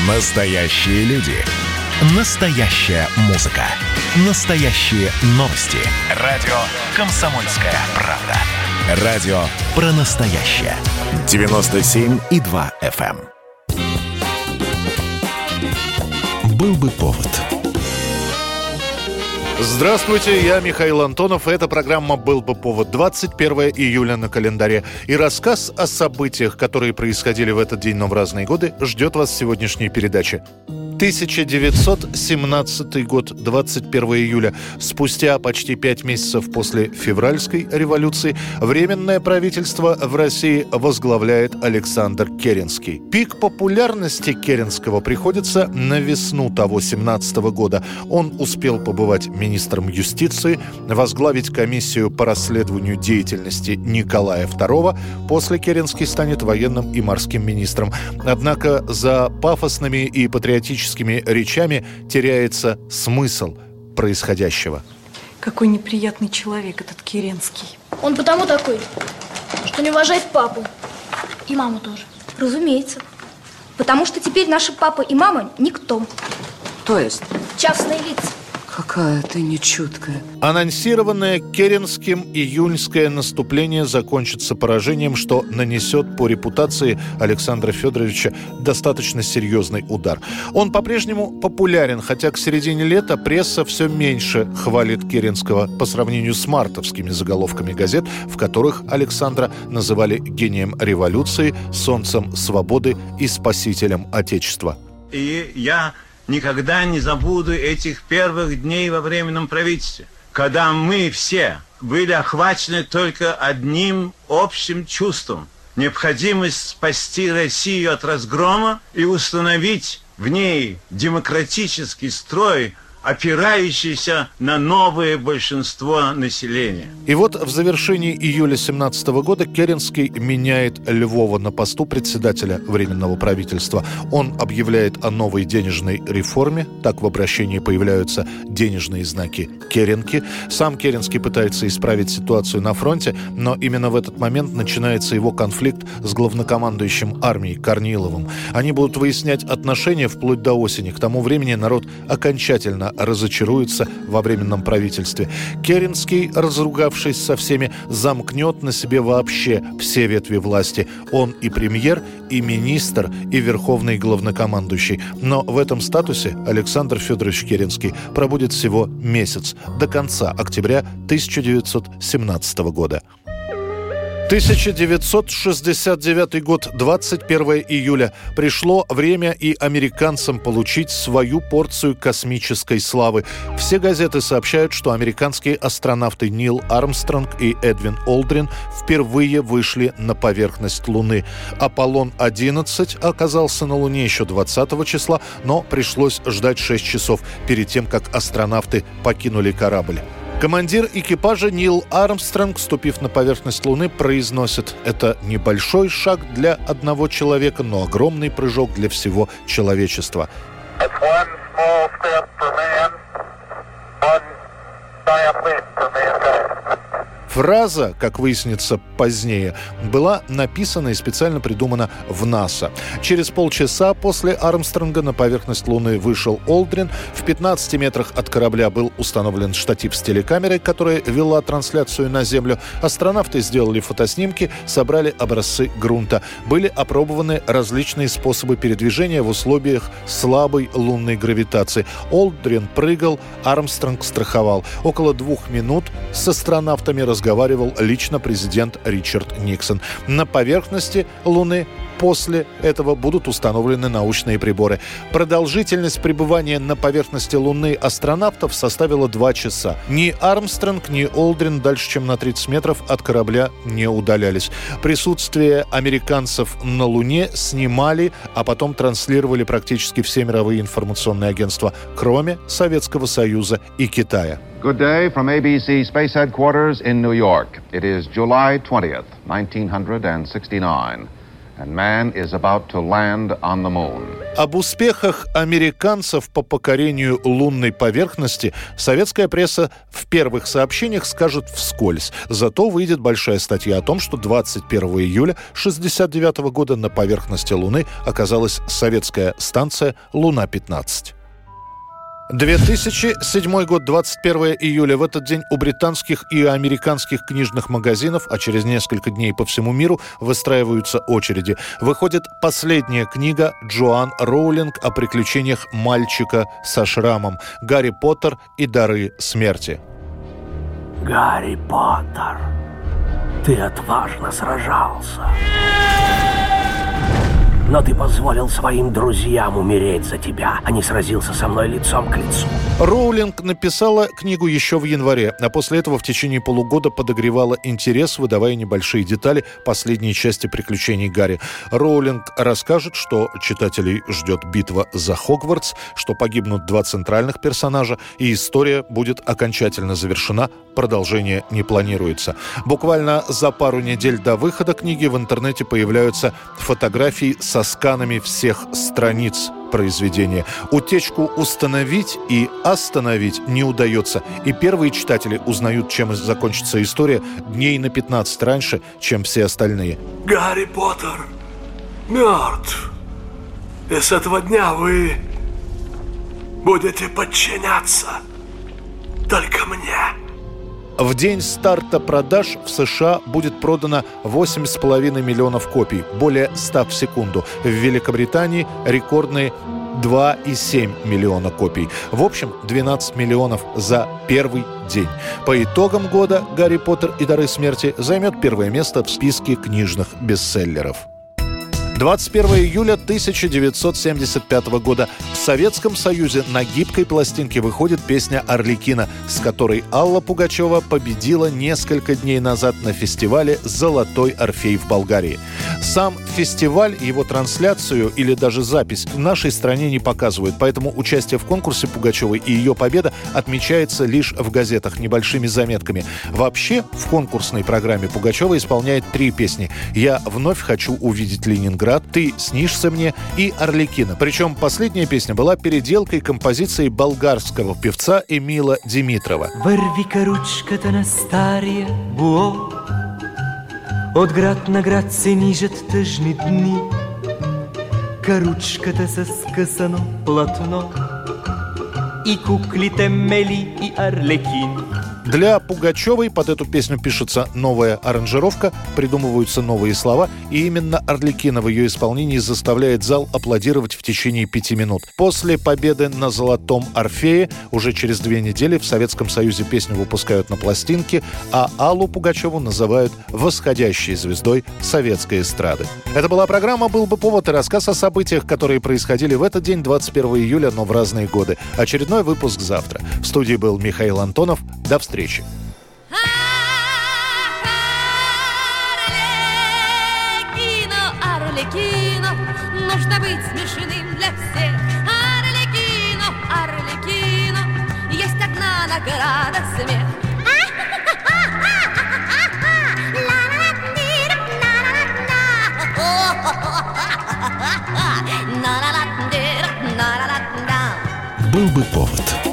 Настоящие люди. Настоящая музыка. Настоящие новости. Радио «Комсомольская правда». Радио про настоящее. 97,2 FM. Был бы повод. Здравствуйте, я Михаил Антонов, и эта программа «Был бы повод». 21 июля на календаре. И рассказ о событиях, которые происходили в этот день, но в разные годы, ждет вас в сегодняшней передаче. 1917 год, 21 июля. Спустя почти 5 месяцев после февральской революции Временное правительство в России возглавляет Александр Керенский. Пик популярности Керенского приходится на весну того 17 года. Он успел побывать министром юстиции, возглавить комиссию по расследованию деятельности Николая II. После Керенский станет военным и морским министром. Однако за пафосными и патриотическими речами теряется смысл происходящего. Какой неприятный человек этот Керенский. Он потому такой, что не уважает папу. И маму тоже. Разумеется. Потому что теперь наши папа и мама никто. То есть? Частные лица. Какая ты нечуткая. Анонсированное Керенским июньское наступление закончится поражением, что нанесет по репутации Александра Федоровича достаточно серьезный удар. Он по-прежнему популярен, хотя к середине лета пресса все меньше хвалит Керенского по сравнению с мартовскими заголовками газет, в которых Александра называли гением революции, солнцем свободы и спасителем Отечества. И я никогда не забуду этих первых дней во Временном правительстве, когда мы все были охвачены только одним общим чувством – необходимость спасти Россию от разгрома и установить в ней демократический строй, опирающийся на новое большинство населения. И вот в завершении июля 17 года Керенский меняет Львова на посту председателя Временного правительства. Он объявляет о новой денежной реформе. Так в обращении появляются денежные знаки Керенки. Сам Керенский пытается исправить ситуацию на фронте, но именно в этот момент начинается его конфликт с главнокомандующим армией Корниловым. Они будут выяснять отношения вплоть до осени. К тому времени народ окончательно разочаруется во Временном правительстве. Керенский, разругавшись со всеми, замкнет на себе вообще все ветви власти. Он и премьер, и министр, и верховный главнокомандующий. Но в этом статусе Александр Федорович Керенский пробудет всего месяц, до конца октября 1917 года. 1969 год, 21 июля. Пришло время и американцам получить свою порцию космической славы. Все газеты сообщают, что американские астронавты Нил Армстронг и Эдвин Олдрин впервые вышли на поверхность Луны. Аполлон-11 оказался на Луне еще 20 числа, но пришлось ждать 6 часов перед тем, как астронавты покинули корабль. Командир экипажа Нил Армстронг, ступив на поверхность Луны, произносит: «Это небольшой шаг для одного человека, но огромный прыжок для всего человечества». Фраза, как выяснится позднее, была написана и специально придумана в НАСА. Через полчаса после Армстронга на поверхность Луны вышел Олдрин. В 15 метрах от корабля был установлен штатив с телекамерой, которая вела трансляцию на Землю. Астронавты сделали фотоснимки, собрали образцы грунта. Были опробованы различные способы передвижения в условиях слабой лунной гравитации. Олдрин прыгал, Армстронг страховал. Около 2 минут с астронавтами разговаривал лично президент Ричард Никсон. На поверхности Луны после этого будут установлены научные приборы. Продолжительность пребывания на поверхности Луны астронавтов составила 2 часа. Ни Армстронг, ни Олдрин дальше, чем на 30 метров от корабля не удалялись. Присутствие американцев на Луне снимали, а потом транслировали практически все мировые информационные агентства, кроме Советского Союза и Китая. Good day from ABC Space Headquarters in New York. It is July 20th, 1969. and man is about to land on the moon. Об успехах американцев по покорению лунной поверхности советская пресса в первых сообщениях скажет вскользь. Зато выйдет большая статья о том, что 21 июля 1969 года на поверхности Луны оказалась советская станция «Луна-15». 2007 год, 21 июля. В этот день у британских и американских книжных магазинов, а через несколько дней по всему миру, выстраиваются очереди. Выходит последняя книга Джоан Роулинг о приключениях мальчика со шрамом. «Гарри Поттер и дары смерти». Гарри Поттер, ты отважно сражался. Но ты позволил своим друзьям умереть за тебя, а не сразился со мной лицом к лицу. Роулинг написала книгу еще в январе, а после этого в течение полугода подогревала интерес, выдавая небольшие детали последней части приключений Гарри. Роулинг расскажет, что читателей ждет битва за Хогвартс, что погибнут 2 центральных персонажа, и история будет окончательно завершена, продолжение не планируется. Буквально за пару недель до выхода книги в интернете появляются фотографии со сканами всех страниц произведения. Утечку установить и остановить не удается. И первые читатели узнают, чем закончится история, дней на 15 раньше, чем все остальные. Гарри Поттер мертв. И с этого дня вы будете подчиняться только мне. В день старта продаж в США будет продано 8,5 миллионов копий, более 100 в секунду. В Великобритании рекордные 2,7 миллиона копий. В общем, 12 миллионов за первый день. По итогам года «Гарри Поттер и дары смерти» займет первое место в списке книжных бестселлеров. 21 июля 1975 года в Советском Союзе на гибкой пластинке выходит песня «Арлекино», с которой Алла Пугачева победила несколько дней назад на фестивале «Золотой Орфей» в Болгарии. Сам фестиваль, его трансляцию или даже запись в нашей стране не показывают, поэтому участие в конкурсе Пугачевой и ее победа отмечается лишь в газетах небольшими заметками. Вообще, в конкурсной программе Пугачева исполняет 3 песни: «Я вновь хочу увидеть Ленинград», «Ты снишься мне» и «Арлекино». Причем последняя песня была переделкой композиции болгарского певца Эмила Димитрова. Върви-ка ручката на стария буо, от град на град се нижат тъжни дни, каручката с скъсано платно и куклите Мели и Арлекин. Для Пугачевой под эту песню пишется новая аранжировка, придумываются новые слова, и именно «Арлекино» в ее исполнении заставляет зал аплодировать в течение 5 минут. После победы на «Золотом Орфее» уже через 2 недели в Советском Союзе песню выпускают на пластинке, а Аллу Пугачеву называют восходящей звездой советской эстрады. Это была программа «Был бы повод» и рассказ о событиях, которые происходили в этот день, 21 июля, но в разные годы. Очередной выпуск завтра. В студии был Михаил Антонов. До встречи. Арлекино, нужно быть смешным для всех. Арлекино, Арлекино, есть одна награда — смех. Был бы повод.